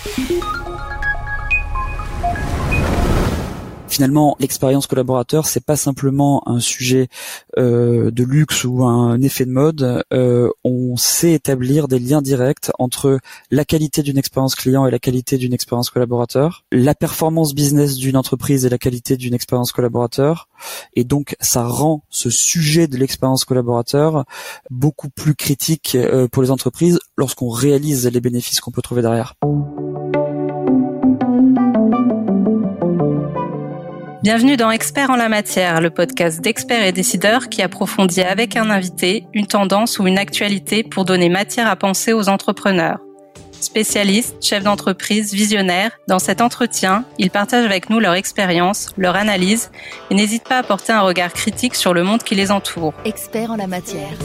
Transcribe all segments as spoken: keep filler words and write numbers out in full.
Finalement, l'expérience collaborateur, c'est pas simplement un sujet euh, de luxe ou un effet de mode. Euh, on sait établir des liens directs entre la qualité d'une expérience client et la qualité d'une expérience collaborateur, la performance business d'une entreprise et la qualité d'une expérience collaborateur. Et donc, ça rend ce sujet de l'expérience collaborateur beaucoup plus critique euh, pour les entreprises lorsqu'on réalise les bénéfices qu'on peut trouver derrière. Bienvenue dans Experts en la matière, le podcast d'experts et décideurs qui approfondit avec un invité une tendance ou une actualité pour donner matière à penser aux entrepreneurs. Spécialistes, chefs d'entreprise, visionnaires, dans cet entretien, ils partagent avec nous leur expérience, leur analyse et n'hésitent pas à porter un regard critique sur le monde qui les entoure. Experts en la matière.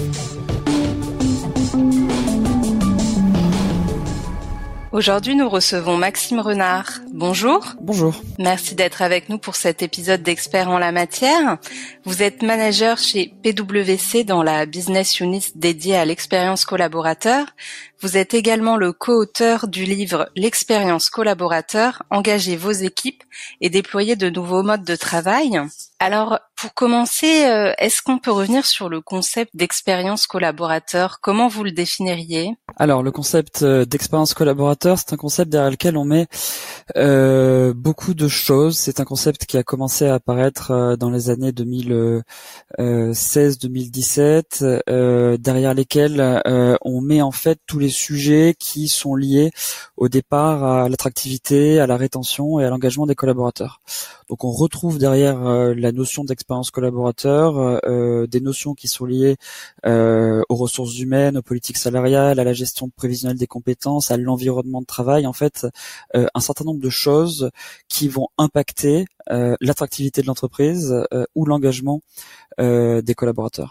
Aujourd'hui, nous recevons Maxime Renard. Bonjour. Bonjour. Merci d'être avec nous pour cet épisode d'Experts en la matière. Vous êtes manager chez P W C dans la business unit dédiée à l'expérience collaborateur. Vous êtes également le co-auteur du livre L'expérience collaborateur, engagez vos équipes et déployez de nouveaux modes de travail. Alors, pour commencer, est-ce qu'on peut revenir sur le concept d'expérience collaborateur ? Comment vous le définiriez ? Alors, le concept d'expérience collaborateur, c'est un concept derrière lequel on met euh, beaucoup de choses. C'est un concept qui a commencé à apparaître euh, dans les années deux mille seize deux mille dix-sept, euh, derrière lesquels euh, on met en fait tous les sujets qui sont liés au départ à l'attractivité, à la rétention et à l'engagement des collaborateurs. Donc on retrouve derrière euh, la notion d'expérience collaborateur euh, des notions qui sont liées euh, aux ressources humaines, aux politiques salariales, à la gestion prévisionnelle des compétences, à l'environnement de travail, en fait euh, un certain nombre de choses qui vont impacter euh, l'attractivité de l'entreprise euh, ou l'engagement euh, des collaborateurs.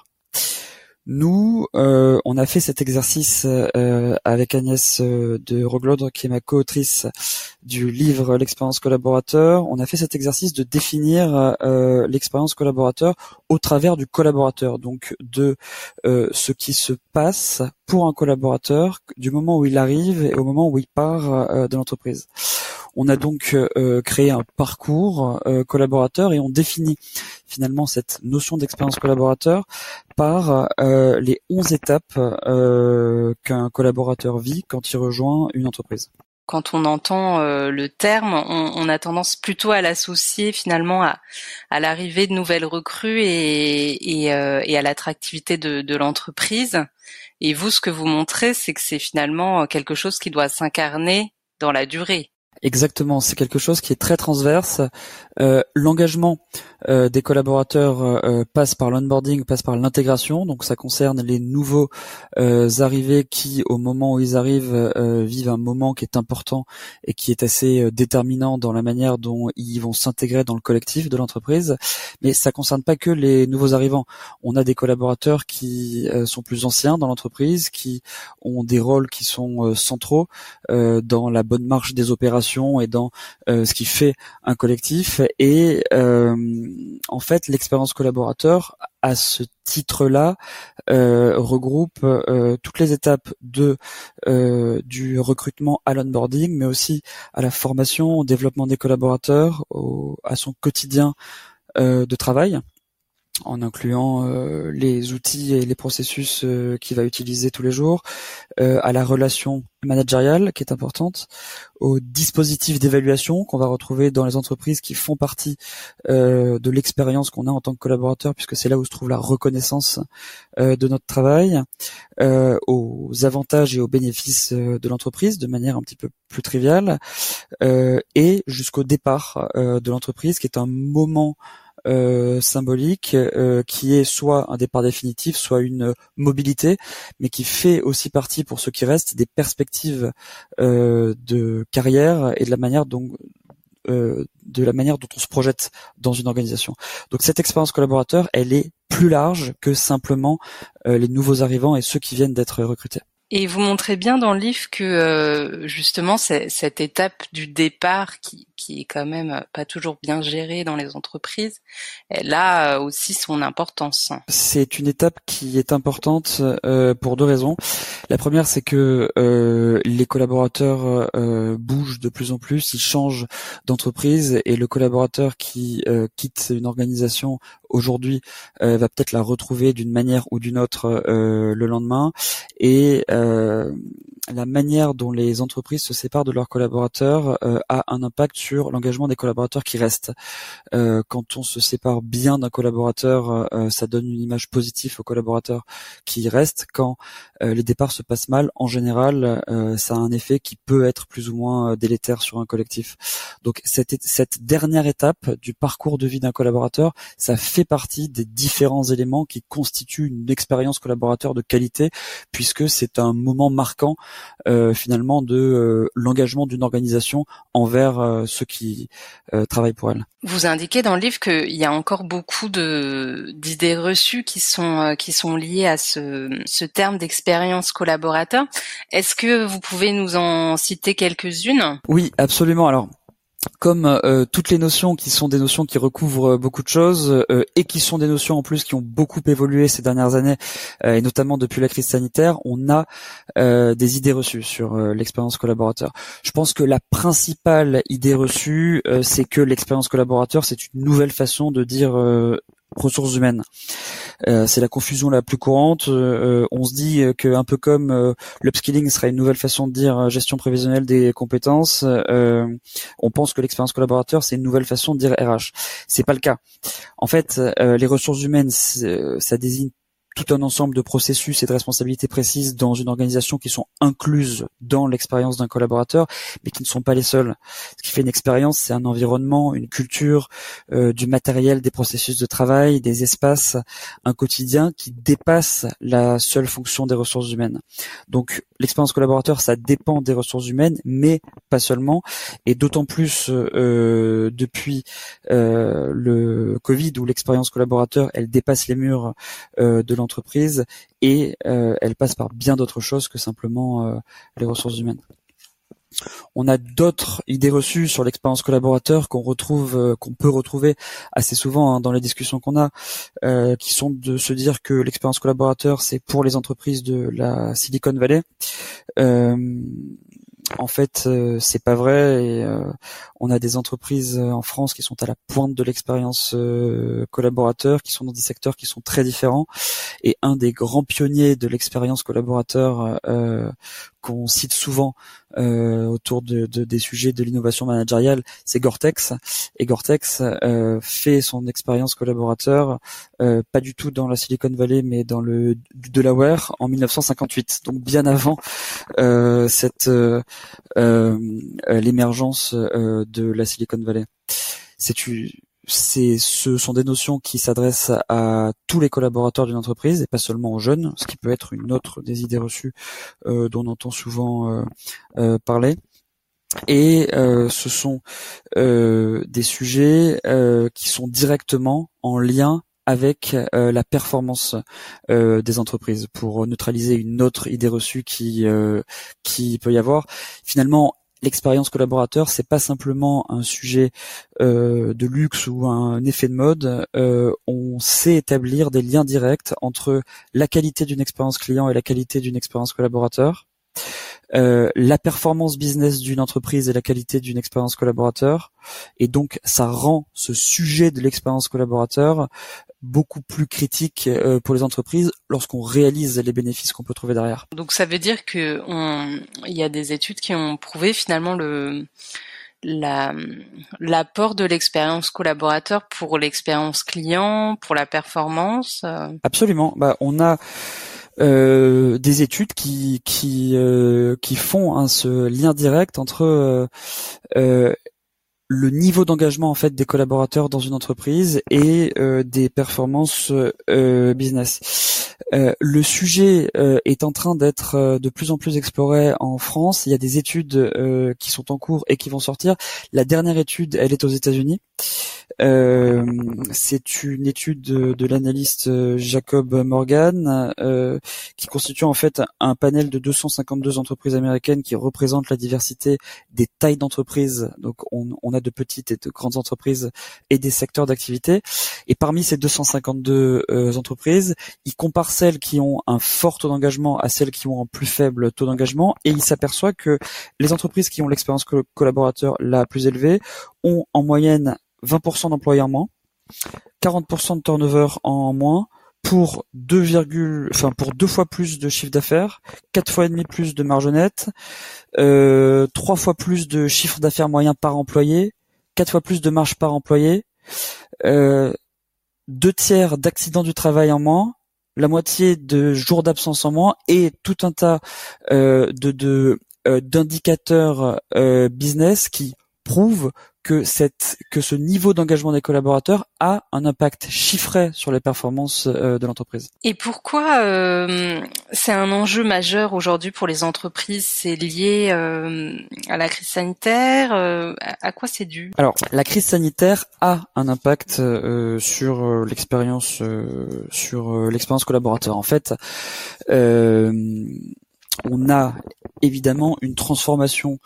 Nous, euh, on a fait cet exercice euh, avec Agnès euh, de Roglode, qui est ma co-autrice du livre L'expérience collaborateur. On a fait cet exercice de définir euh, l'expérience collaborateur au travers du collaborateur, donc de euh, ce qui se passe pour un collaborateur du moment où il arrive et au moment où il part euh, de l'entreprise. On a donc euh, créé un parcours euh, collaborateur et on définit finalement cette notion d'expérience collaborateur par euh, les onze étapes euh, qu'un collaborateur vit quand il rejoint une entreprise. Quand on entend euh, le terme, on, on a tendance plutôt à l'associer finalement à, à l'arrivée de nouvelles recrues et, et, euh, et à l'attractivité de, de l'entreprise. Et vous, ce que vous montrez, c'est que c'est finalement quelque chose qui doit s'incarner dans la durée. Exactement, c'est quelque chose qui est très transverse. Euh, l'engagement euh, des collaborateurs euh, passe par l'onboarding, passe par l'intégration, donc ça concerne les nouveaux euh, arrivés qui, au moment où ils arrivent, euh, vivent un moment qui est important et qui est assez euh, déterminant dans la manière dont ils vont s'intégrer dans le collectif de l'entreprise. Mais ça concerne pas que les nouveaux arrivants. On a des collaborateurs qui euh, sont plus anciens dans l'entreprise, qui ont des rôles qui sont euh, centraux euh, dans la bonne marche des opérations et dans euh, ce qui fait un collectif. Et euh, en fait, l'expérience collaborateur, à ce titre-là, euh, regroupe euh, toutes les étapes de euh, du recrutement à l'onboarding, mais aussi à la formation, au développement des collaborateurs, au, à son quotidien euh, de travail, en incluant euh, les outils et les processus euh, qu'il va utiliser tous les jours, euh, à la relation managériale qui est importante, aux dispositifs d'évaluation qu'on va retrouver dans les entreprises qui font partie euh, de l'expérience qu'on a en tant que collaborateur, puisque c'est là où se trouve la reconnaissance euh, de notre travail, euh, aux avantages et aux bénéfices euh, de l'entreprise de manière un petit peu plus triviale, euh, et jusqu'au départ euh, de l'entreprise, qui est un moment Euh, symbolique euh, qui est soit un départ définitif, soit une mobilité, mais qui fait aussi partie, pour ceux qui restent, des perspectives euh, de carrière et de la manière dont euh, de la manière dont on se projette dans une organisation. Donc cette expérience collaborateur, elle est plus large que simplement euh, les nouveaux arrivants et ceux qui viennent d'être recrutés. Et vous montrez bien dans le livre que euh, justement c'est, cette étape du départ qui, qui est quand même pas toujours bien gérée dans les entreprises, elle a aussi son importance. C'est une étape qui est importante euh, pour deux raisons. La première, c'est que euh, les collaborateurs euh, bougent de plus en plus, ils changent d'entreprise, et le collaborateur qui euh, quitte une organisation aujourd'hui euh, va peut-être la retrouver d'une manière ou d'une autre euh, le lendemain. Et euh, la manière dont les entreprises se séparent de leurs collaborateurs euh, a un impact sur l'engagement des collaborateurs qui restent. Euh, quand on se sépare bien d'un collaborateur, euh, ça donne une image positive aux collaborateurs qui restent. Quand euh, les départs se passent mal, en général, euh, ça a un effet qui peut être plus ou moins délétère sur un collectif. Donc cette, cette dernière étape du parcours de vie d'un collaborateur, ça fait partie des différents éléments qui constituent une expérience collaborateur de qualité, puisque c'est un moment marquant euh, finalement de euh, l'engagement d'une organisation envers euh, ceux qui euh, travaillent pour elle. Vous indiquez dans le livre qu'il y a encore beaucoup de d'idées reçues qui sont qui sont liées à ce ce terme d'expérience collaborateur. Est-ce que vous pouvez nous en citer quelques-unes ? Oui, absolument. Alors, comme euh, toutes les notions qui sont des notions qui recouvrent euh, beaucoup de choses euh, et qui sont des notions en plus qui ont beaucoup évolué ces dernières années euh, et notamment depuis la crise sanitaire, on a euh, des idées reçues sur euh, l'expérience collaborateur. Je pense que la principale idée reçue, euh, c'est que l'expérience collaborateur, c'est une nouvelle façon de dire euh, ressources humaines. Euh, c'est la confusion la plus courante. Euh, on se dit que un peu comme euh, l'upskilling serait une nouvelle façon de dire euh, gestion prévisionnelle des compétences, euh, on pense que l'expérience collaborateur c'est une nouvelle façon de dire R H. C'est pas le cas. En fait, euh, les ressources humaines, ça désigne tout un ensemble de processus et de responsabilités précises dans une organisation qui sont incluses dans l'expérience d'un collaborateur, mais qui ne sont pas les seules. Ce qui fait une expérience, c'est un environnement, une culture, euh, du matériel, des processus de travail, des espaces, un quotidien qui dépasse la seule fonction des ressources humaines. Donc, l'expérience collaborateur, ça dépend des ressources humaines, mais pas seulement, et d'autant plus euh, depuis euh, le Covid, où l'expérience collaborateur, elle dépasse les murs euh, de l'entreprise entreprise et euh, elle passe par bien d'autres choses que simplement euh, les ressources humaines. On a d'autres idées reçues sur l'expérience collaborateur qu'on retrouve, euh, qu'on peut retrouver assez souvent hein, dans les discussions qu'on a, euh, qui sont de se dire que l'expérience collaborateur c'est pour les entreprises de la Silicon Valley. Euh, En fait, euh, c'est pas vrai. Et, euh, on a des entreprises en France qui sont à la pointe de l'expérience euh, collaborateur, qui sont dans des secteurs qui sont très différents. Et un des grands pionniers de l'expérience collaborateur euh, qu'on cite souvent euh, autour de, de, des sujets de l'innovation managériale, c'est Gore-Tex. Et Gore-Tex euh, fait son expérience collaborateur euh, pas du tout dans la Silicon Valley, mais dans le Delaware en mille neuf cent cinquante-huit, donc bien avant euh, cette euh, euh, l'émergence euh, de la Silicon Valley. C'est une C'est, ce sont des notions qui s'adressent à tous les collaborateurs d'une entreprise et pas seulement aux jeunes, ce qui peut être une autre des idées reçues euh, dont on entend souvent euh, euh, parler. Et euh, ce sont euh, des sujets euh, qui sont directement en lien avec euh, la performance euh, des entreprises, pour neutraliser une autre idée reçue qui euh, qui peut y avoir. Finalement, l'expérience collaborateur, c'est pas simplement un sujet euh, de luxe ou un effet de mode. Euh, on sait établir des liens directs entre la qualité d'une expérience client et la qualité d'une expérience collaborateur, euh, la performance business d'une entreprise et la qualité d'une expérience collaborateur. Et donc, ça rend ce sujet de l'expérience collaborateur beaucoup plus critique euh, pour les entreprises lorsqu'on réalise les bénéfices qu'on peut trouver derrière. Donc ça veut dire que on, il y a des études qui ont prouvé finalement le la l'apport de l'expérience collaborateur pour l'expérience client, pour la performance. Euh... Absolument. Bah on a euh, des études qui qui euh, qui font hein, ce lien direct entre euh, euh, le niveau d'engagement en fait des collaborateurs dans une entreprise et euh, des performances euh, business. Euh, le sujet euh, est en train d'être euh, de plus en plus exploré en France. Il y a des études euh, qui sont en cours et qui vont sortir. La dernière étude, elle est aux États-Unis. Euh, c'est une étude de, de l'analyste Jacob Morgan euh, qui constitue en fait un panel de deux cent cinquante-deux entreprises américaines qui représentent la diversité des tailles d'entreprises. Donc on, on a de petites et de grandes entreprises et des secteurs d'activité. Et parmi ces deux cent cinquante-deux euh, entreprises, il compare celles qui ont un fort taux d'engagement à celles qui ont un plus faible taux d'engagement, et il s'aperçoit que les entreprises qui ont l'expérience collaborateur la plus élevée ont en moyenne vingt pour cent d'employés en moins, quarante pour cent de turnover en moins, pour deux, enfin pour deux fois plus de chiffre d'affaires, quatre fois et demi plus de marge nette, euh, trois fois plus de chiffre d'affaires moyen par employé, quatre fois plus de marge par employé, euh, deux tiers d'accidents du travail en moins, la moitié de jours d'absence en moins, et tout un tas euh, de, de euh, d'indicateurs euh, business qui prouvent que cette que ce niveau d'engagement des collaborateurs a un impact chiffré sur les performances euh, de l'entreprise. Et pourquoi euh, c'est un enjeu majeur aujourd'hui pour les entreprises? C'est lié euh, à la crise sanitaire? euh, À quoi c'est dû? Alors, la crise sanitaire a un impact euh, sur euh, l'expérience euh, sur euh, l'expérience collaborateur. En fait, euh, on a évidemment une transformation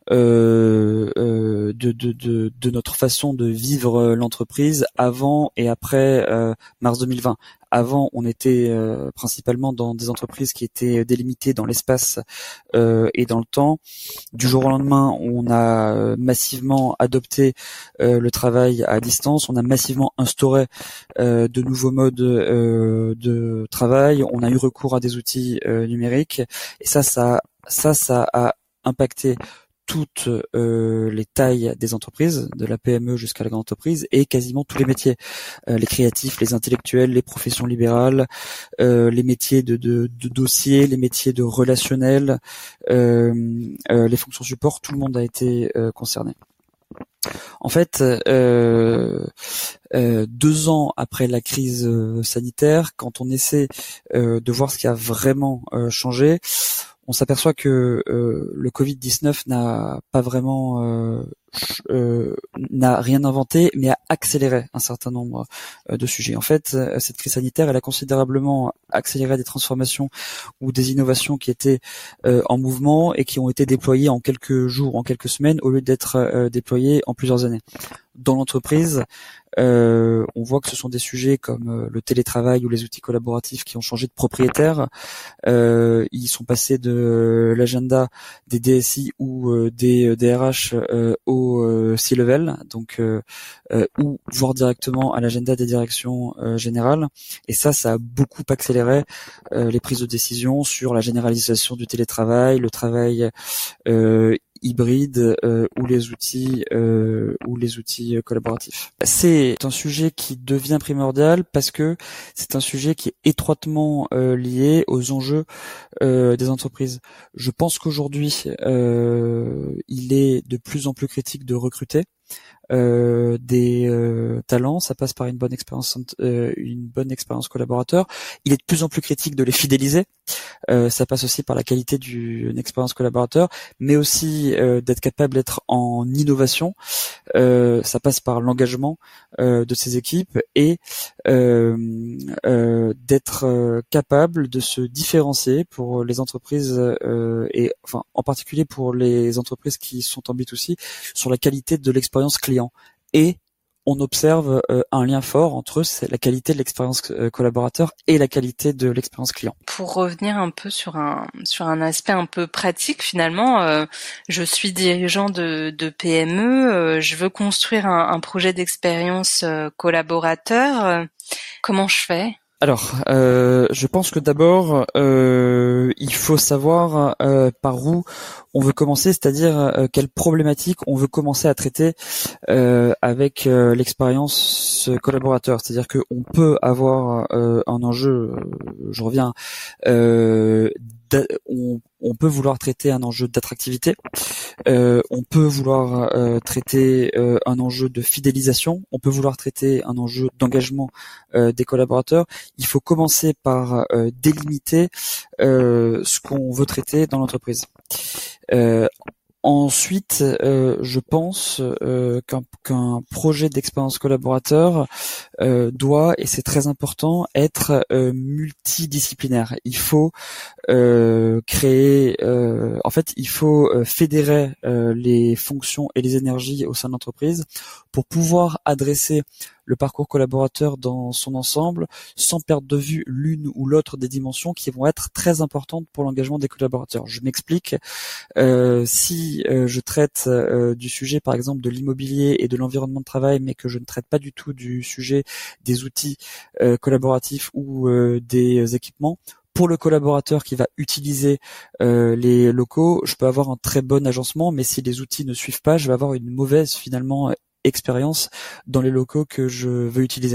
Euh, euh, de, de, de, de notre façon de vivre l'entreprise avant et après euh, mars deux mille vingt. Avant, on était euh, principalement dans des entreprises qui étaient délimitées dans l'espace euh, et dans le temps. Du jour au lendemain, on a euh, massivement adopté euh, le travail à distance. On a massivement instauré euh, de nouveaux modes euh, de travail. On a eu recours à des outils euh, numériques. Et ça, ça, ça, ça a impacté toutes euh, les tailles des entreprises, de la P M E jusqu'à la grande entreprise, et quasiment tous les métiers, euh, les créatifs, les intellectuels, les professions libérales, euh, les métiers de, de, de dossier, les métiers de relationnel, euh, euh, les fonctions support, tout le monde a été euh, concerné. En fait, euh, euh, deux ans après la crise euh, sanitaire, quand on essaie euh, de voir ce qui a vraiment euh, changé, on s'aperçoit que euh, le covid dix-neuf n'a pas vraiment euh, euh, n'a rien inventé, mais a accéléré un certain nombre euh, de sujets. En fait, euh, cette crise sanitaire, elle a considérablement accéléré des transformations ou des innovations qui étaient euh, en mouvement et qui ont été déployées en quelques jours, en quelques semaines, au lieu d'être euh, déployées en plusieurs années. Dans l'entreprise, Euh, on voit que ce sont des sujets comme euh, le télétravail ou les outils collaboratifs qui ont changé de propriétaire. Euh, ils sont passés de l'agenda des D S I ou euh, des D R H euh, au euh, C-level, donc euh, euh, ou voire directement à l'agenda des directions euh, générales. Et ça, ça a beaucoup accéléré euh, les prises de décision sur la généralisation du télétravail, le travail euh, hybride euh, ou les outils euh, ou les outils euh, collaboratifs. C'est un sujet qui devient primordial parce que c'est un sujet qui est étroitement euh, lié aux enjeux euh, des entreprises. Je pense qu'aujourd'hui, euh, il est de plus en plus critique de recruter Euh, des euh, talents. Ça passe par une bonne expérience, euh, une bonne expérience collaborateur. Il est de plus en plus critique de les fidéliser. Euh, ça passe aussi par la qualité d'une expérience collaborateur, mais aussi euh, d'être capable d'être en innovation. Euh, ça passe par l'engagement euh, de ces équipes et euh, euh, d'être euh, capable de se différencier pour les entreprises euh, et enfin en particulier pour les entreprises qui sont en B deux C sur la qualité de l'expérience client. Et on observe euh, un lien fort entre eux, c'est la qualité de l'expérience euh, collaborateur et la qualité de l'expérience client. Pour revenir un peu sur un sur un aspect un peu pratique, finalement, euh, je suis dirigeant de, de P M E, euh, je veux construire un, un projet d'expérience euh, collaborateur. Euh, comment je fais ? Alors, euh, je pense que d'abord, euh, il faut savoir euh, par où on veut commencer, c'est-à-dire euh, quelles problématiques on veut commencer à traiter euh, avec euh, l'expérience collaborateur. C'est-à-dire qu'on peut avoir euh, un enjeu, euh, je reviens, euh, on, on peut vouloir traiter un enjeu d'attractivité, euh, on peut vouloir euh, traiter euh, un enjeu de fidélisation, on peut vouloir traiter un enjeu d'engagement euh, des collaborateurs. Il faut commencer par euh, délimiter euh, ce qu'on veut traiter dans l'entreprise. Euh, Ensuite, euh, je pense euh, qu'un, qu'un projet d'expérience collaborateur euh, doit, et c'est très important, être euh, multidisciplinaire. Il faut euh, créer, euh, en fait, il faut euh, fédérer euh, les fonctions et les énergies au sein de l'entreprise pour pouvoir adresser le parcours collaborateur dans son ensemble sans perdre de vue l'une ou l'autre des dimensions qui vont être très importantes pour l'engagement des collaborateurs. Je m'explique. Euh, si euh, je traite euh, du sujet, par exemple, de l'immobilier et de l'environnement de travail, mais que je ne traite pas du tout du sujet des outils euh, collaboratifs ou euh, des équipements, pour le collaborateur qui va utiliser euh, les locaux, je peux avoir un très bon agencement, mais si les outils ne suivent pas, je vais avoir une mauvaise finalement expérience dans les locaux que je veux utiliser.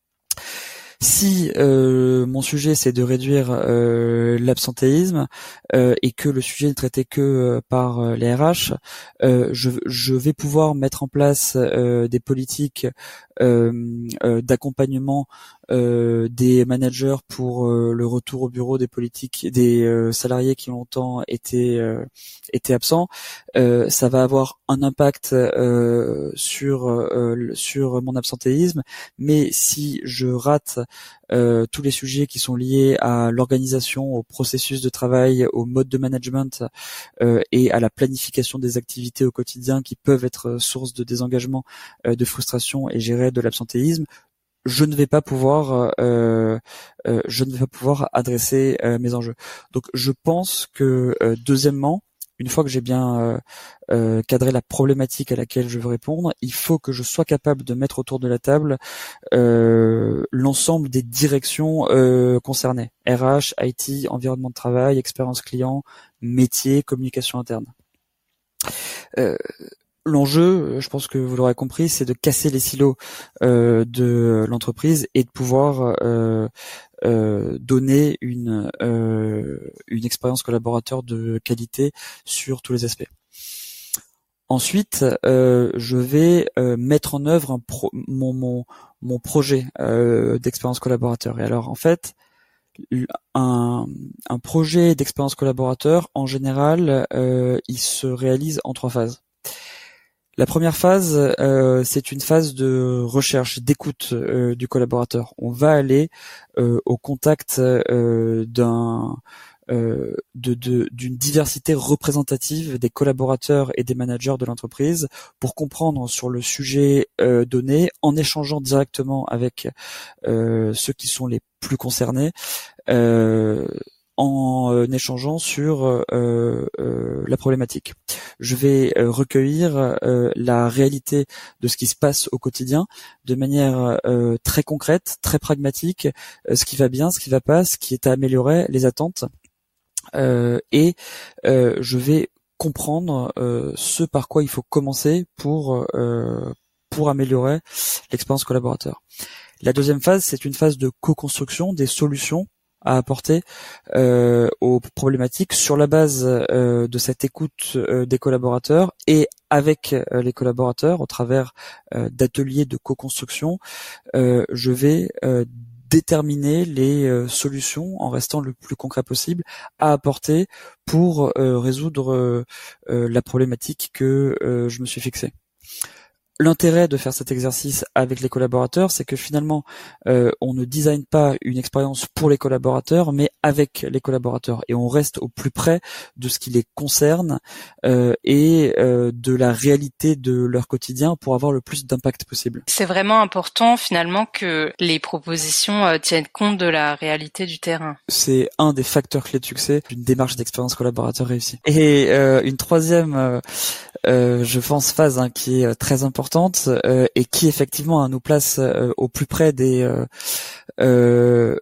Si euh, mon sujet c'est de réduire euh, l'absentéisme euh, et que le sujet n'est traité que euh, par euh, les R H, euh, je, je vais pouvoir mettre en place euh, des politiques euh, euh, d'accompagnement euh, des managers pour euh, le retour au bureau des politiques des euh, salariés qui ont longtemps été euh, été absents. Euh, ça va avoir un impact euh, sur euh, sur mon absentéisme, mais si je rate Euh, tous les sujets qui sont liés à l'organisation, au processus de travail, au mode de management euh, et à la planification des activités au quotidien qui peuvent être source de désengagement, euh, de frustration et gérer de l'absentéisme, je ne vais pas pouvoir euh, euh, je ne vais pas pouvoir adresser euh, mes enjeux. Donc je pense que euh, deuxièmement, une fois que j'ai bien euh, euh, cadré la problématique à laquelle je veux répondre, il faut que je sois capable de mettre autour de la table euh, l'ensemble des directions euh, concernées. R H, I T, environnement de travail, expérience client, métier, communication interne. Euh, L'enjeu, je pense que vous l'aurez compris, c'est de casser les silos euh, de l'entreprise et de pouvoir euh, euh, donner une euh, une expérience collaborateur de qualité sur tous les aspects. Ensuite, euh, je vais euh, mettre en œuvre un pro- mon, mon mon projet euh, d'expérience collaborateur. Et alors, en fait, un, un projet d'expérience collaborateur, en général, euh, il se réalise en trois phases. La première phase, euh, c'est une phase de recherche, d'écoute euh, du collaborateur. On va aller euh, au contact euh, d'un euh, de, de, d'une diversité représentative des collaborateurs et des managers de l'entreprise pour comprendre sur le sujet euh, donné, en échangeant directement avec euh, ceux qui sont les plus concernés, euh, en euh, échangeant sur euh, euh, la problématique. Je vais euh, recueillir euh, la réalité de ce qui se passe au quotidien de manière euh, très concrète, très pragmatique, euh, ce qui va bien, ce qui va pas, ce qui est à améliorer, les attentes. Euh, et euh, je vais comprendre euh, ce par quoi il faut commencer pour euh, pour améliorer l'expérience collaborateur. La deuxième phase, c'est une phase de co-construction des solutions à apporter euh, aux problématiques sur la base euh, de cette écoute euh, des collaborateurs et avec euh, les collaborateurs au travers euh, d'ateliers de co-construction. Euh, je vais euh, déterminer les euh, solutions en restant le plus concret possible à apporter pour euh, résoudre euh, euh, la problématique que euh, je me suis fixée. L'intérêt de faire cet exercice avec les collaborateurs, c'est que finalement, euh, on ne design pas une expérience pour les collaborateurs, mais avec les collaborateurs. Et on reste au plus près de ce qui les concerne euh, et euh, de la réalité de leur quotidien pour avoir le plus d'impact possible. C'est vraiment important finalement que les propositions euh, tiennent compte de la réalité du terrain. C'est un des facteurs clés de succès d'une démarche d'expérience collaborateur réussie. Et euh, une troisième... Euh, Euh, je pense phase hein, qui est très importante euh, et qui effectivement hein, nous place euh, au plus près des euh, euh,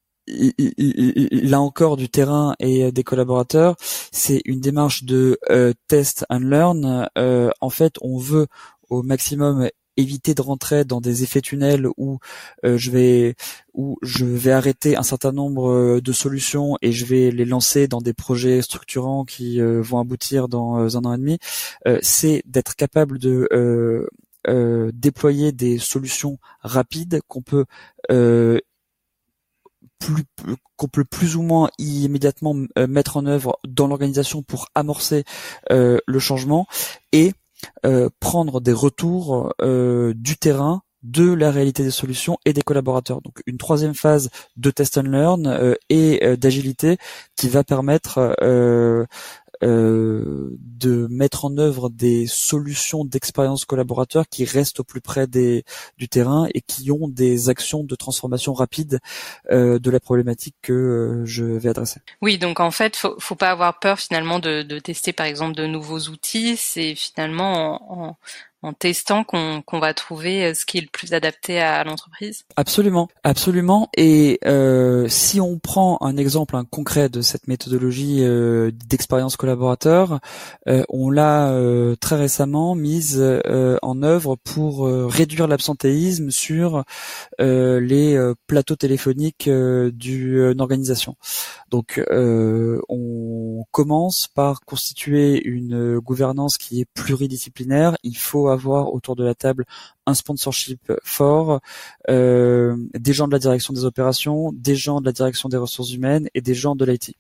là encore du terrain et des collaborateurs. C'est une démarche de euh, test and learn. Euh, en fait, on veut au maximum éviter de rentrer dans des effets tunnels où euh, je vais où je vais arrêter un certain nombre de solutions et je vais les lancer dans des projets structurants qui euh, vont aboutir dans euh, un an et demi. Euh, c'est d'être capable de euh, euh, déployer des solutions rapides qu'on peut euh, plus qu'on peut plus ou moins immédiatement euh, mettre en œuvre dans l'organisation pour amorcer euh, le changement et euh, prendre des retours euh, du terrain, de la réalité des solutions et des collaborateurs. Donc une troisième phase de test and learn euh, et euh, d'agilité qui va permettre euh, Euh, de mettre en œuvre des solutions d'expérience collaborateur qui restent au plus près des, du terrain et qui ont des actions de transformation rapide euh, de la problématique que euh, je vais adresser. Oui, donc en fait, faut, faut pas avoir peur finalement de, de tester par exemple de nouveaux outils. C'est finalement en, en, en testant qu'on, qu'on va trouver ce qui est le plus adapté à, à l'entreprise. Absolument, absolument. Et euh, si on prend un exemple un concret de cette méthodologie euh, d'expérience collaborateur, euh, on l'a euh, très récemment mise euh, en œuvre pour euh, réduire l'absentéisme sur euh, les euh, plateaux téléphoniques euh, d'une organisation. Donc, euh, on commence par constituer une gouvernance qui est pluridisciplinaire. Il faut avoir autour de la table un sponsorship fort, euh, des gens de la direction des opérations, des gens de la direction des ressources humaines et des gens de l'I T.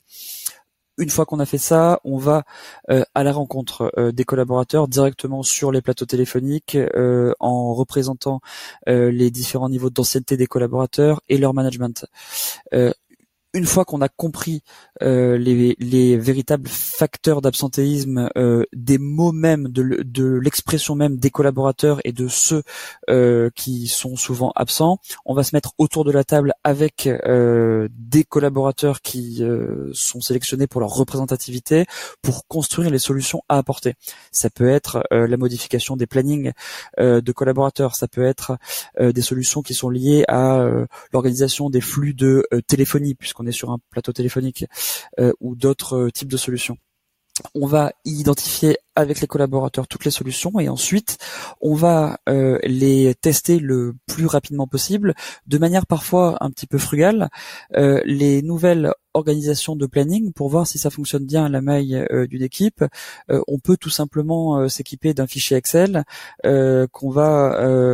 Une fois qu'on a fait ça, on va euh, à la rencontre euh, des collaborateurs directement sur les plateaux téléphoniques euh, en représentant euh, les différents niveaux d'ancienneté des collaborateurs et leur management. Euh, Une fois qu'on a compris euh, les, les véritables facteurs d'absentéisme, euh, des mots même, de, de l'expression même des collaborateurs et de ceux euh, qui sont souvent absents, on va se mettre autour de la table avec euh, des collaborateurs qui euh, sont sélectionnés pour leur représentativité pour construire les solutions à apporter. Ça peut être euh, la modification des plannings euh, de collaborateurs, ça peut être euh, des solutions qui sont liées à euh, l'organisation des flux de euh, téléphonie, puisqu'on est sur un plateau téléphonique euh, ou d'autres euh, types de solutions. On va identifier avec les collaborateurs toutes les solutions et ensuite on va euh, les tester le plus rapidement possible, de manière parfois un petit peu frugale, euh, les nouvelles organisations de planning pour voir si ça fonctionne bien à la maille euh, d'une équipe. Euh, on peut tout simplement euh, s'équiper d'un fichier Excel euh, qu'on va euh,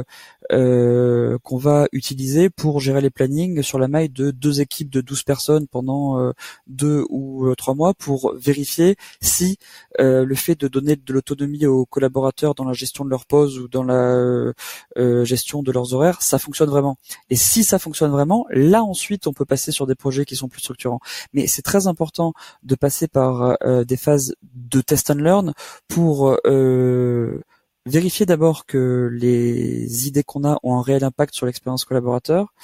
euh, qu'on va utiliser pour gérer les plannings sur la maille de deux équipes de douze personnes pendant euh, deux ou euh, trois mois pour vérifier si euh, le fait de donner de l'autonomie aux collaborateurs dans la gestion de leurs pauses ou dans la euh, euh, gestion de leurs horaires, ça fonctionne vraiment. Et si ça fonctionne vraiment, là ensuite on peut passer sur des projets qui sont plus structurants. Mais c'est très important de passer par euh, des phases de test and learn pour euh, vérifier d'abord que les idées qu'on a ont un réel impact sur l'expérience collaborateur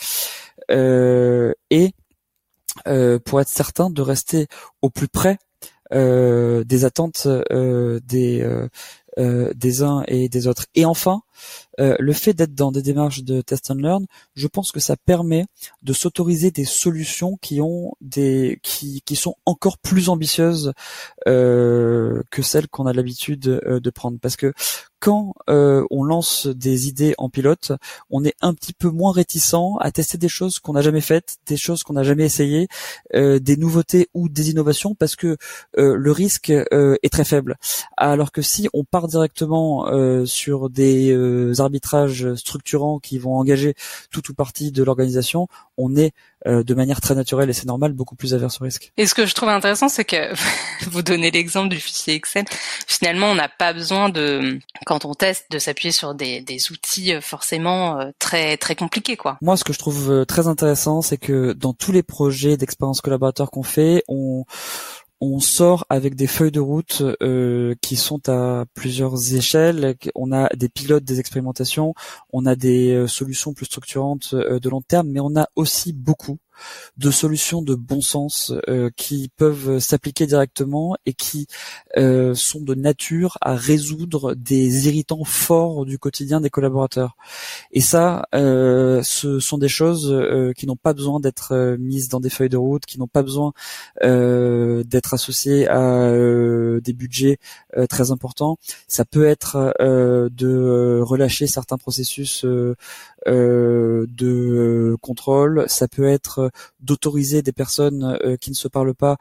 euh, et euh, pour être certain de rester au plus près euh, des attentes euh, des euh, euh, des uns et des autres. Et enfin, euh, le fait d'être dans des démarches de test and learn, je pense que ça permet de s'autoriser des solutions qui ont des qui qui sont encore plus ambitieuses euh, que celles qu'on a l'habitude euh, de prendre. Parce que quand euh, on lance des idées en pilote, on est un petit peu moins réticent à tester des choses qu'on n'a jamais faites, des choses qu'on n'a jamais essayées, euh, des nouveautés ou des innovations, parce que euh, le risque euh, est très faible. Alors que si on part directement euh, sur des euh, arbitrages structurants qui vont engager tout ou partie de l'organisation, on est euh, de manière très naturelle, et c'est normal, beaucoup plus averse au risque. Et ce que je trouve intéressant, c'est que vous donnez l'exemple du fichier Excel. Finalement, on n'a pas besoin de, quand on teste, de s'appuyer sur des, des outils forcément très très compliqués, quoi. Moi, ce que je trouve très intéressant, c'est que dans tous les projets d'expérience collaborateur qu'on fait, on on sort avec des feuilles de route euh, qui sont à plusieurs échelles. On a des pilotes, des expérimentations, on a des euh, solutions plus structurantes euh, de long terme, mais on a aussi beaucoup de solutions de bon sens euh, qui peuvent s'appliquer directement et qui euh, sont de nature à résoudre des irritants forts du quotidien des collaborateurs. Et ça, euh, ce sont des choses euh, qui n'ont pas besoin d'être euh, mises dans des feuilles de route, qui n'ont pas besoin euh, d'être associées à euh, des budgets euh, très importants. Ça peut être euh, de relâcher certains processus euh, euh, de contrôle, ça peut être d'autoriser des personnes euh, qui ne se parlent pas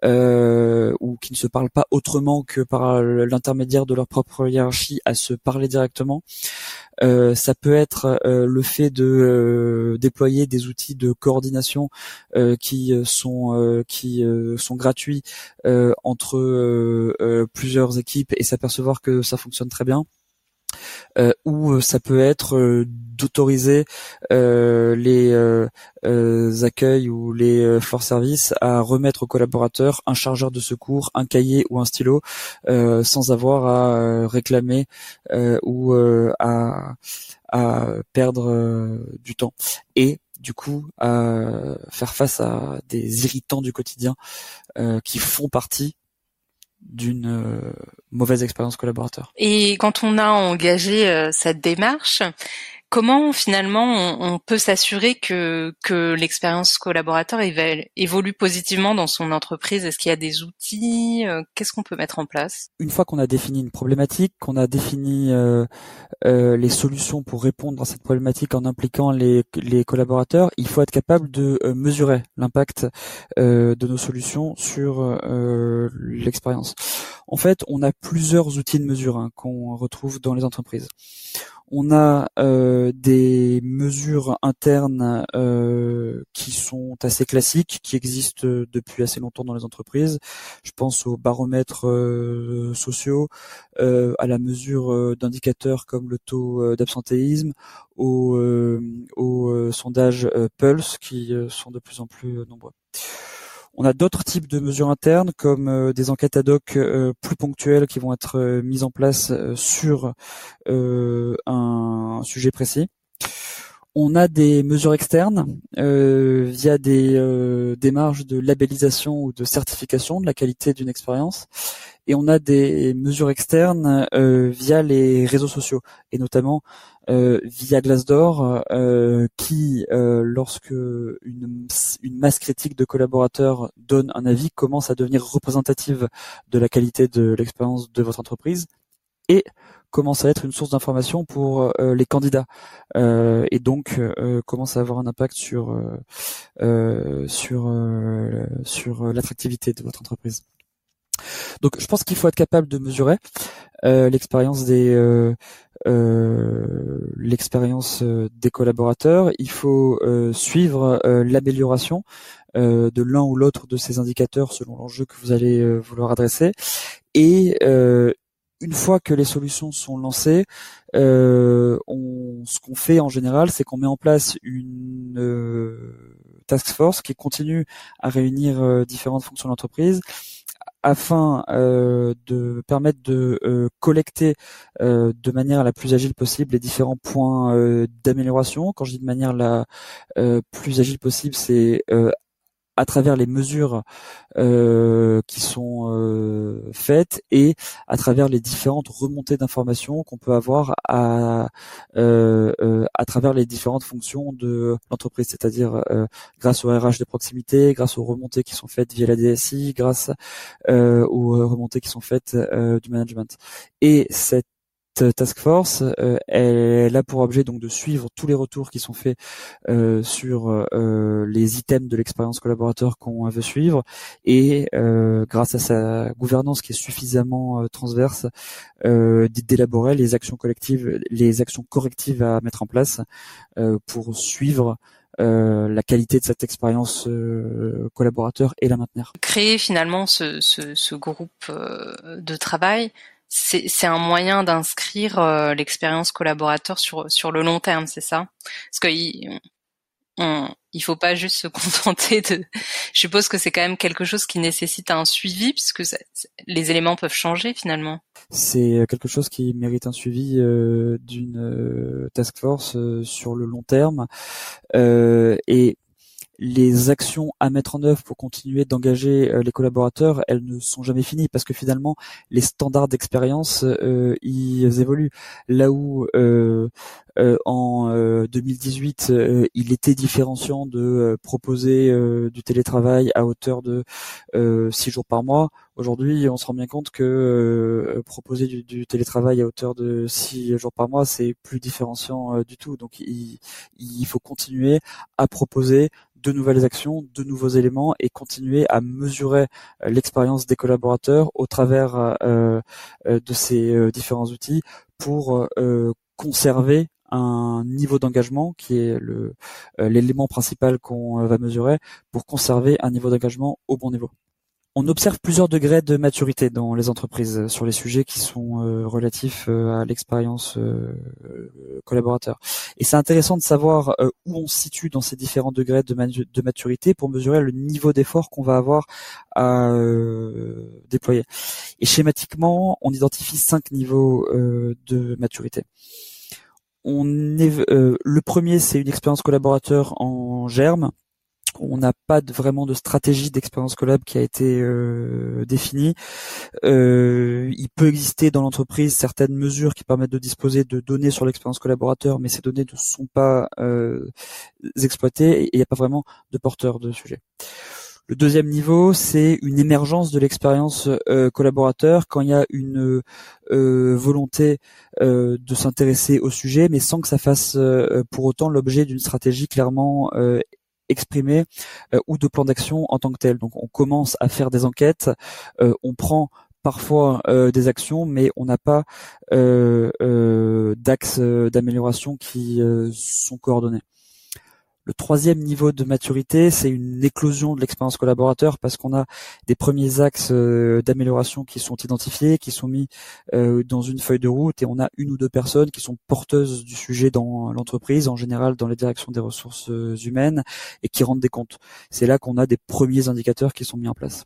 euh, ou qui ne se parlent pas autrement que par l'intermédiaire de leur propre hiérarchie à se parler directement. Euh, ça peut être euh, le fait de euh, déployer des outils de coordination euh, qui sont euh, qui euh, sont gratuits euh, entre euh, euh, plusieurs équipes et s'apercevoir que ça fonctionne très bien. Euh, ou ça peut être euh, d'autoriser euh, les euh, euh, accueils ou les euh, floor services à remettre aux collaborateurs un chargeur de secours, un cahier ou un stylo euh, sans avoir à euh, réclamer euh, ou euh, à, à perdre euh, du temps. Et du coup, à faire face à des irritants du quotidien euh, qui font partie d'une euh, mauvaise expérience collaborateur. Et quand on a engagé euh, cette démarche, comment finalement on, on peut s'assurer que que l'expérience collaborateur évolue positivement dans son entreprise? Est-ce qu'il y a des outils? euh, Qu'est-ce qu'on peut mettre en place? Une fois qu'on a défini une problématique, qu'on a défini euh, euh, les solutions pour répondre à cette problématique en impliquant les, les collaborateurs, il faut être capable de euh, mesurer l'impact euh, de nos solutions sur euh, l'expérience. En fait, on a plusieurs outils de mesure hein, qu'on retrouve dans les entreprises. On a euh, des mesures internes euh, qui sont assez classiques, qui existent depuis assez longtemps dans les entreprises. Je pense aux baromètres euh, sociaux, euh, à la mesure euh, d'indicateurs comme le taux euh, d'absentéisme, aux, euh, aux euh, sondages euh, Pulse qui euh, sont de plus en plus euh, nombreux. On a d'autres types de mesures internes comme euh, des enquêtes ad hoc euh, plus ponctuelles qui vont être euh, mises en place euh, sur euh, un sujet précis. On a des mesures externes euh, via des euh, démarches de labellisation ou de certification de la qualité d'une expérience. Et on a des mesures externes euh, via les réseaux sociaux et notamment euh, via Glassdoor euh, qui, euh, lorsque une, une masse critique de collaborateurs donne un avis, commence à devenir représentative de la qualité de l'expérience de votre entreprise et commence à être une source d'information pour euh, les candidats euh, et donc euh, commence à avoir un impact sur euh, euh, sur euh, sur l'attractivité de votre entreprise. Donc, je pense qu'il faut être capable de mesurer euh, l'expérience des euh, euh, l'expérience des collaborateurs. Il faut euh, suivre euh, l'amélioration euh, de l'un ou l'autre de ces indicateurs selon l'enjeu que vous allez euh, vouloir adresser. Et euh, une fois que les solutions sont lancées, euh, on, ce qu'on fait en général, c'est qu'on met en place une euh, task force qui continue à réunir euh, différentes fonctions de l'entreprise afin euh, de permettre de euh, collecter euh, de manière la plus agile possible les différents points euh, d'amélioration. Quand je dis de manière la euh, plus agile possible, c'est euh, à travers les mesures euh, qui sont euh, faites et à travers les différentes remontées d'informations qu'on peut avoir à euh, euh, à travers les différentes fonctions de l'entreprise, c'est-à-dire euh, grâce au R H de proximité, grâce aux remontées qui sont faites via la D S I, grâce euh, aux remontées qui sont faites euh, du management. Et cette task force, euh, elle a pour objet donc de suivre tous les retours qui sont faits euh, sur euh, les items de l'expérience collaborateur qu'on veut suivre et euh, grâce à sa gouvernance qui est suffisamment euh, transverse, euh, d'élaborer les actions collectives, les actions correctives à mettre en place euh, pour suivre Euh, la qualité de cette expérience euh, collaborateur et la maintenir. Créer finalement ce, ce, ce groupe euh, de travail, c'est, c'est un moyen d'inscrire euh, l'expérience collaborateur sur sur le long terme, c'est ça? Parce que il, on, il faut pas juste se contenter de. Je suppose que c'est quand même quelque chose qui nécessite un suivi, puisque ça, les éléments peuvent changer finalement. C'est quelque chose qui mérite un suivi euh, d'une euh, task force euh, sur le long terme euh, et les actions à mettre en œuvre pour continuer d'engager euh, les collaborateurs, elles ne sont jamais finies parce que finalement les standards d'expérience euh, ils évoluent. Là où euh, euh, en euh, deux mille dix-huit euh, il était différenciant de euh, proposer euh, du télétravail à hauteur de euh, six jours par mois, aujourd'hui on se rend bien compte que euh, proposer du, du télétravail à hauteur de six jours par mois c'est plus différenciant euh, du tout. Donc il, il faut continuer à proposer de nouvelles actions, de nouveaux éléments et continuer à mesurer l'expérience des collaborateurs au travers euh, de ces euh, différents outils pour euh, conserver un niveau d'engagement qui est le euh, l'élément principal qu'on va mesurer pour conserver un niveau d'engagement au bon niveau. On observe plusieurs degrés de maturité dans les entreprises sur les sujets qui sont euh, relatifs euh, à l'expérience euh, collaborateur. Et c'est intéressant de savoir euh, où on se situe dans ces différents degrés de, manu- de maturité pour mesurer le niveau d'effort qu'on va avoir à euh, déployer. Et schématiquement, on identifie cinq niveaux euh, de maturité. On est, euh, le premier, c'est une expérience collaborateur en germe. On n'a pas de, vraiment de stratégie d'expérience collab qui a été euh, définie. Euh, il peut exister dans l'entreprise certaines mesures qui permettent de disposer de données sur l'expérience collaborateur, mais ces données ne sont pas euh, exploitées et il n'y a pas vraiment de porteur de sujet. Le deuxième niveau, c'est une émergence de l'expérience euh, collaborateur quand il y a une euh, volonté euh, de s'intéresser au sujet, mais sans que ça fasse euh, pour autant l'objet d'une stratégie clairement euh, exprimée euh, ou de plan d'action en tant que tel. Donc on commence à faire des enquêtes, euh, on prend parfois euh, des actions, mais on n'a pas euh, euh, d'axes d'amélioration qui euh, sont coordonnés. Le troisième niveau de maturité, c'est une éclosion de l'expérience collaborateur parce qu'on a des premiers axes euh, d'amélioration qui sont identifiés, qui sont mis euh, dans une feuille de route et on a une ou deux personnes qui sont porteuses du sujet dans l'entreprise, en général dans les directions des ressources euh, humaines et qui rendent des comptes. C'est là qu'on a des premiers indicateurs qui sont mis en place.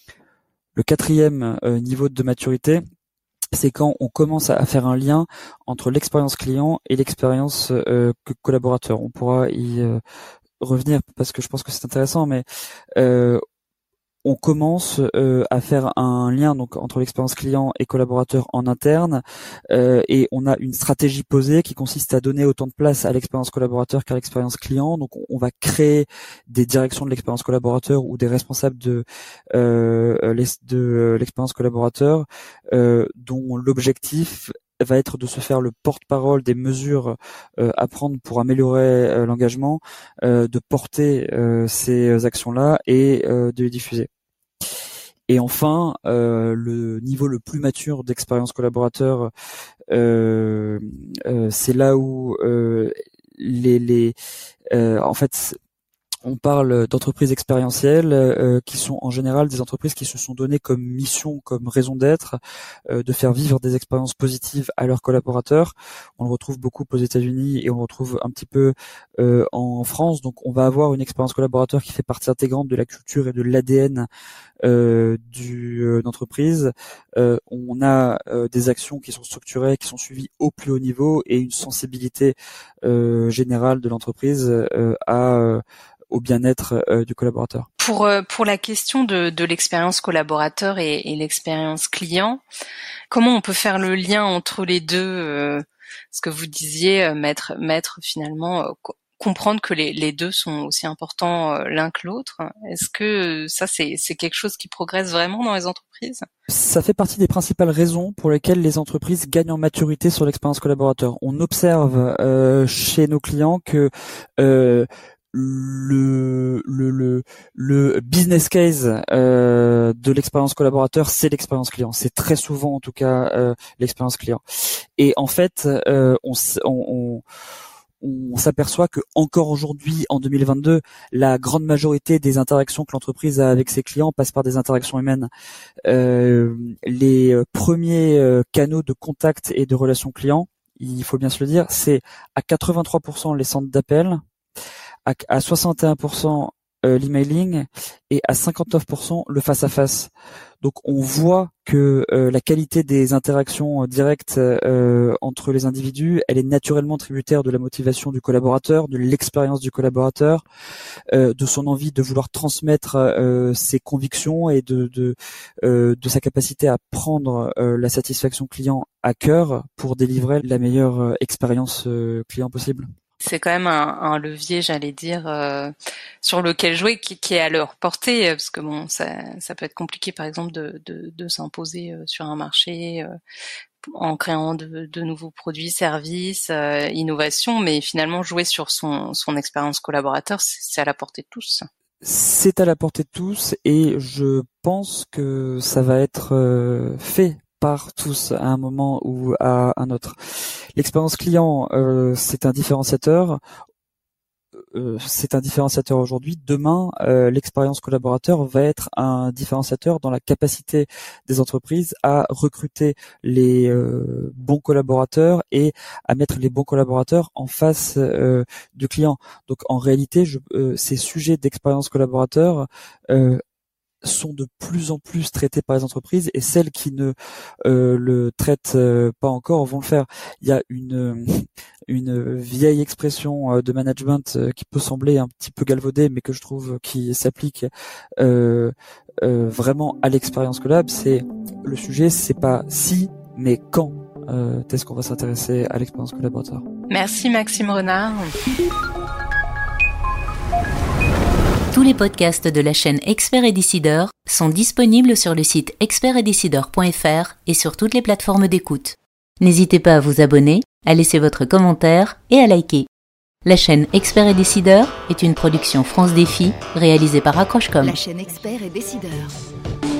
Le quatrième euh, niveau de maturité, c'est quand on commence à faire un lien entre l'expérience client et l'expérience euh, collaborateur. On pourra y euh, revenir parce que je pense que c'est intéressant, mais euh, on commence euh, à faire un lien donc entre l'expérience client et collaborateur en interne euh, et on a une stratégie posée qui consiste à donner autant de place à l'expérience collaborateur qu'à l'expérience client. Donc on va créer des directions de l'expérience collaborateur ou des responsables de euh, les, de l'expérience collaborateur euh, dont l'objectif va être de se faire le porte-parole des mesures euh, à prendre pour améliorer euh, l'engagement, euh, de porter euh, ces actions-là et euh, de les diffuser. Et enfin, euh, le niveau le plus mature d'expérience collaborateur, euh, euh, c'est là où euh, les, les euh, en fait, on parle d'entreprises expérientielles euh, qui sont en général des entreprises qui se sont données comme mission, comme raison d'être, euh, de faire vivre des expériences positives à leurs collaborateurs. On le retrouve beaucoup aux États-Unis et on le retrouve un petit peu euh, en France. Donc on va avoir une expérience collaborateur qui fait partie intégrante de la culture et de l'A D N euh, du euh, d'entreprise. Euh, on a euh, des actions qui sont structurées, qui sont suivies au plus haut niveau et une sensibilité euh, générale de l'entreprise euh, à euh, au bien-être euh, du collaborateur. Pour euh, pour la question de, de l'expérience collaborateur et, et l'expérience client, comment on peut faire le lien entre les deux euh, ce que vous disiez, euh, mettre mettre finalement euh, co- comprendre que les, les deux sont aussi importants euh, l'un que l'autre. Est-ce que ça c'est c'est quelque chose qui progresse vraiment dans les entreprises? Ça fait partie des principales raisons pour lesquelles les entreprises gagnent en maturité sur l'expérience collaborateur. On observe euh, chez nos clients que euh, le, le le le business case euh, de l'expérience collaborateur, c'est l'expérience client. C'est très souvent, en tout cas, euh, l'expérience client. Et en fait, euh, on, on, on on s'aperçoit que encore aujourd'hui, en deux mille vingt-deux, la grande majorité des interactions que l'entreprise a avec ses clients passent par des interactions humaines. Euh, les premiers euh, canaux de contact et de relations clients, il faut bien se le dire, c'est à quatre-vingt-trois pour cent les centres d'appel, à, à soixante et un pour cent euh, l'emailing et à cinquante-neuf pour cent le face-à-face. Donc on voit que euh, la qualité des interactions euh, directes euh, entre les individus, elle est naturellement tributaire de la motivation du collaborateur, de l'expérience du collaborateur, euh, de son envie de vouloir transmettre euh, ses convictions et de de, euh, de sa capacité à prendre euh, la satisfaction client à cœur pour délivrer la meilleure euh, expérience euh, client possible. C'est quand même un, un levier, j'allais dire, euh, sur lequel jouer, qui, qui est à leur portée, parce que bon, ça, ça peut être compliqué, par exemple, de, de, de s'imposer euh, sur un marché euh, en créant de, de nouveaux produits, services, euh, innovations, mais finalement jouer sur son, son expérience collaborateur, c'est, c'est à la portée de tous. C'est à la portée de tous et je pense que ça va être euh, fait par tous à un moment ou à un autre. L'expérience client, euh, c'est un différenciateur. Euh, c'est un différenciateur aujourd'hui. Demain, euh, l'expérience collaborateur va être un différenciateur dans la capacité des entreprises à recruter les euh, bons collaborateurs et à mettre les bons collaborateurs en face euh, du client. Donc en réalité, je, euh, ces sujets d'expérience collaborateur euh, sont de plus en plus traités par les entreprises et celles qui ne euh, le traitent euh, pas encore vont le faire. Il y a une une vieille expression de management qui peut sembler un petit peu galvaudée, mais que je trouve qui s'applique euh, euh, vraiment à l'expérience collab. C'est le sujet, c'est pas si, mais quand euh, est-ce qu'on va s'intéresser à l'expérience collaborateur. Merci Maxime Renard. Tous les podcasts de la chaîne Expert et Décideur sont disponibles sur le site expert et décideur point f r et sur toutes les plateformes d'écoute. N'hésitez pas à vous abonner, à laisser votre commentaire et à liker. La chaîne Expert et Décideur est une production France Défi réalisée par Accroche point com. La chaîne Expert et Décideur.